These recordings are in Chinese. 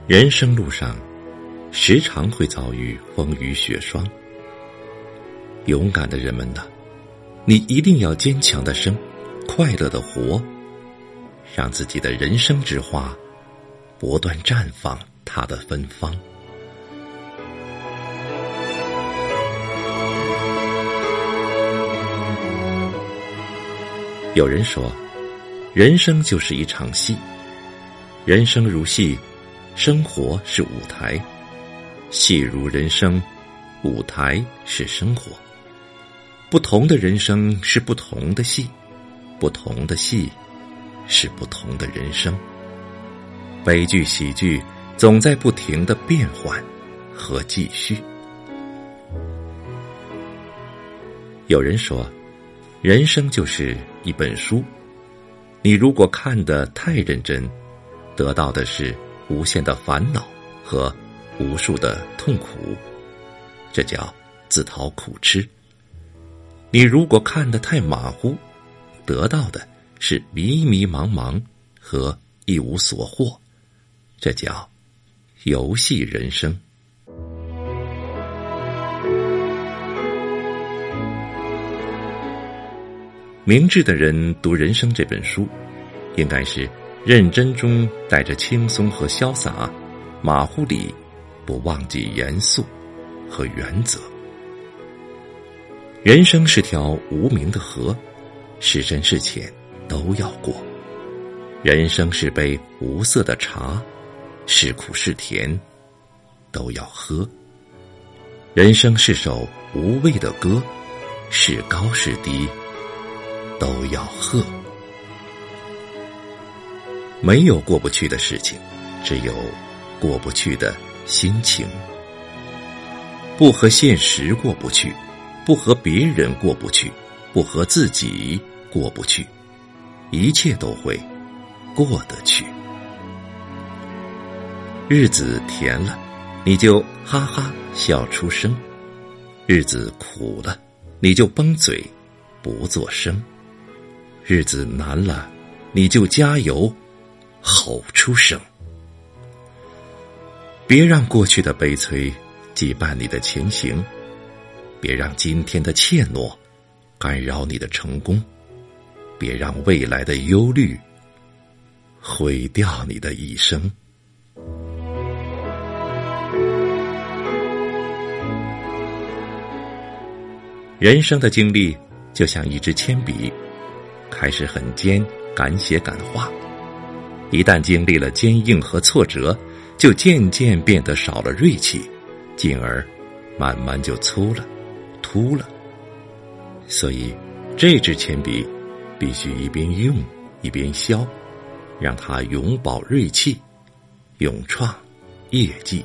人生路上时常会遭遇风雨雪霜，勇敢的人们呐，你一定要坚强的生，快乐的活，让自己的人生之花不断绽放它的芬芳。有人说，人生就是一场戏，人生如戏，生活是舞台，戏如人生，舞台是生活。不同的人生是不同的戏，不同的戏是不同的人生。悲剧喜剧总在不停的变换和继续。有人说，人生就是一本书，你如果看得太认真，得到的是无限的烦恼和无数的痛苦，这叫自讨苦吃。你如果看得太马虎，得到的是迷迷茫茫和一无所获，这叫游戏人生。明智的人读人生这本书，应该是认真中带着轻松和潇洒，马虎里不忘记严肃和原则。人生是条无名的河，是深是浅都要过。人生是杯无色的茶，是苦是甜都要喝。人生是首无味的歌，是高是低都要喝。没有过不去的事情，只有过不去的心情。不和现实过不去，不和别人过不去，不和自己过不去，一切都会过得去。日子甜了，你就哈哈笑出声；日子苦了，你就崩嘴不作声；日子难了，你就加油吼出声。别让过去的悲催羁绊你的前行，别让今天的怯懦干扰你的成功，别让未来的忧虑毁掉你的一生。人生的经历就像一支铅笔，开始很尖，敢写敢画，一旦经历了坚硬和挫折，就渐渐变得少了锐气，进而慢慢就粗了秃了。所以这支铅笔必须一边用一边削，让它永葆锐气，永创业绩。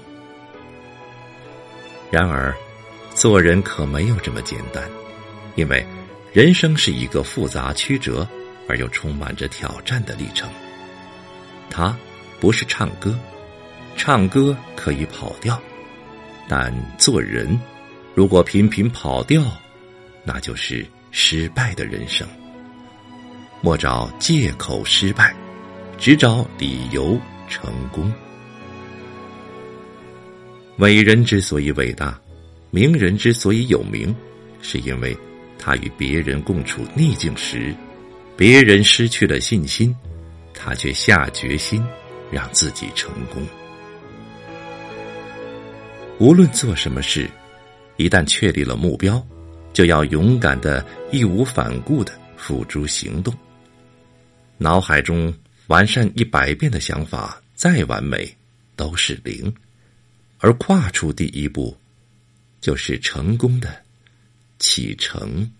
然而做人可没有这么简单，因为人生是一个复杂曲折而又充满着挑战的历程。它不是唱歌，唱歌可以跑调，但做人如果频频跑调，那就是失败的人生。莫找借口失败，只找理由成功。伟人之所以伟大，名人之所以有名，是因为他与别人共处逆境时，别人失去了信心，他却下决心让自己成功。无论做什么事，一旦确立了目标，就要勇敢的义无反顾的付诸行动。脑海中完善100遍的想法再完美都是0，而跨出第一步就是成功的启程。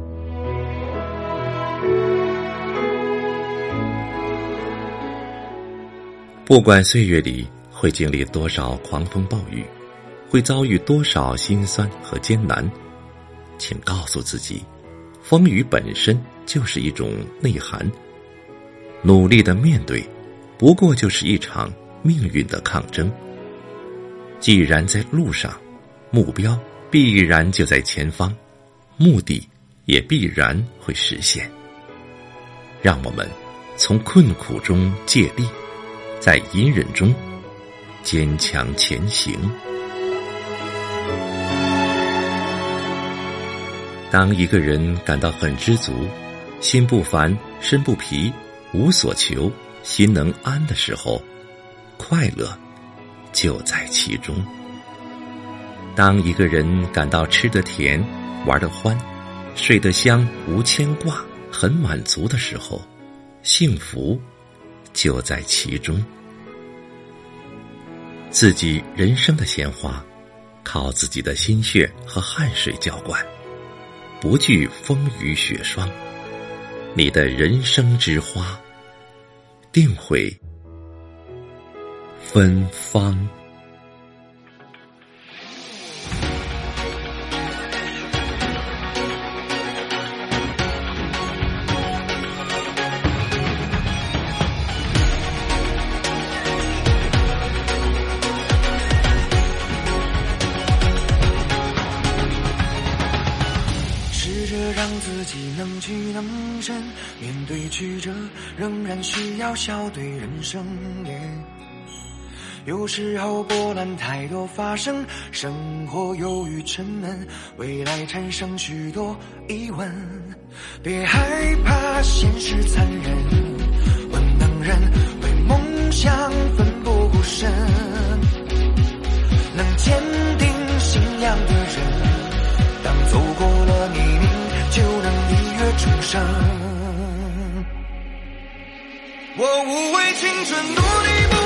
不管岁月里会经历多少狂风暴雨，会遭遇多少辛酸和艰难，请告诉自己，风雨本身就是一种内涵，努力的面对，不过就是一场命运的抗争。既然在路上，目标必然就在前方，目的也必然会实现。让我们从困苦中借力，在隐忍中坚强前行。当一个人感到很知足，心不烦，身不疲，无所求，心能安的时候，快乐就在其中。当一个人感到吃得甜，玩得欢，睡得香，无牵挂，很满足的时候，幸福就在其中。自己人生的鲜花，靠自己的心血和汗水浇灌，不惧风雨雪霜，你的人生之花定会芬芳。 让自己能屈能伸，面对曲折仍然需要笑对人生。有时候波澜太多发生，生活忧郁沉闷，未来产生许多疑问。别害怕现实残忍，问能人为梦想奋不顾身，能坚定信仰的人，当走过了泥泞，就能一跃重生。我无畏青春，努力不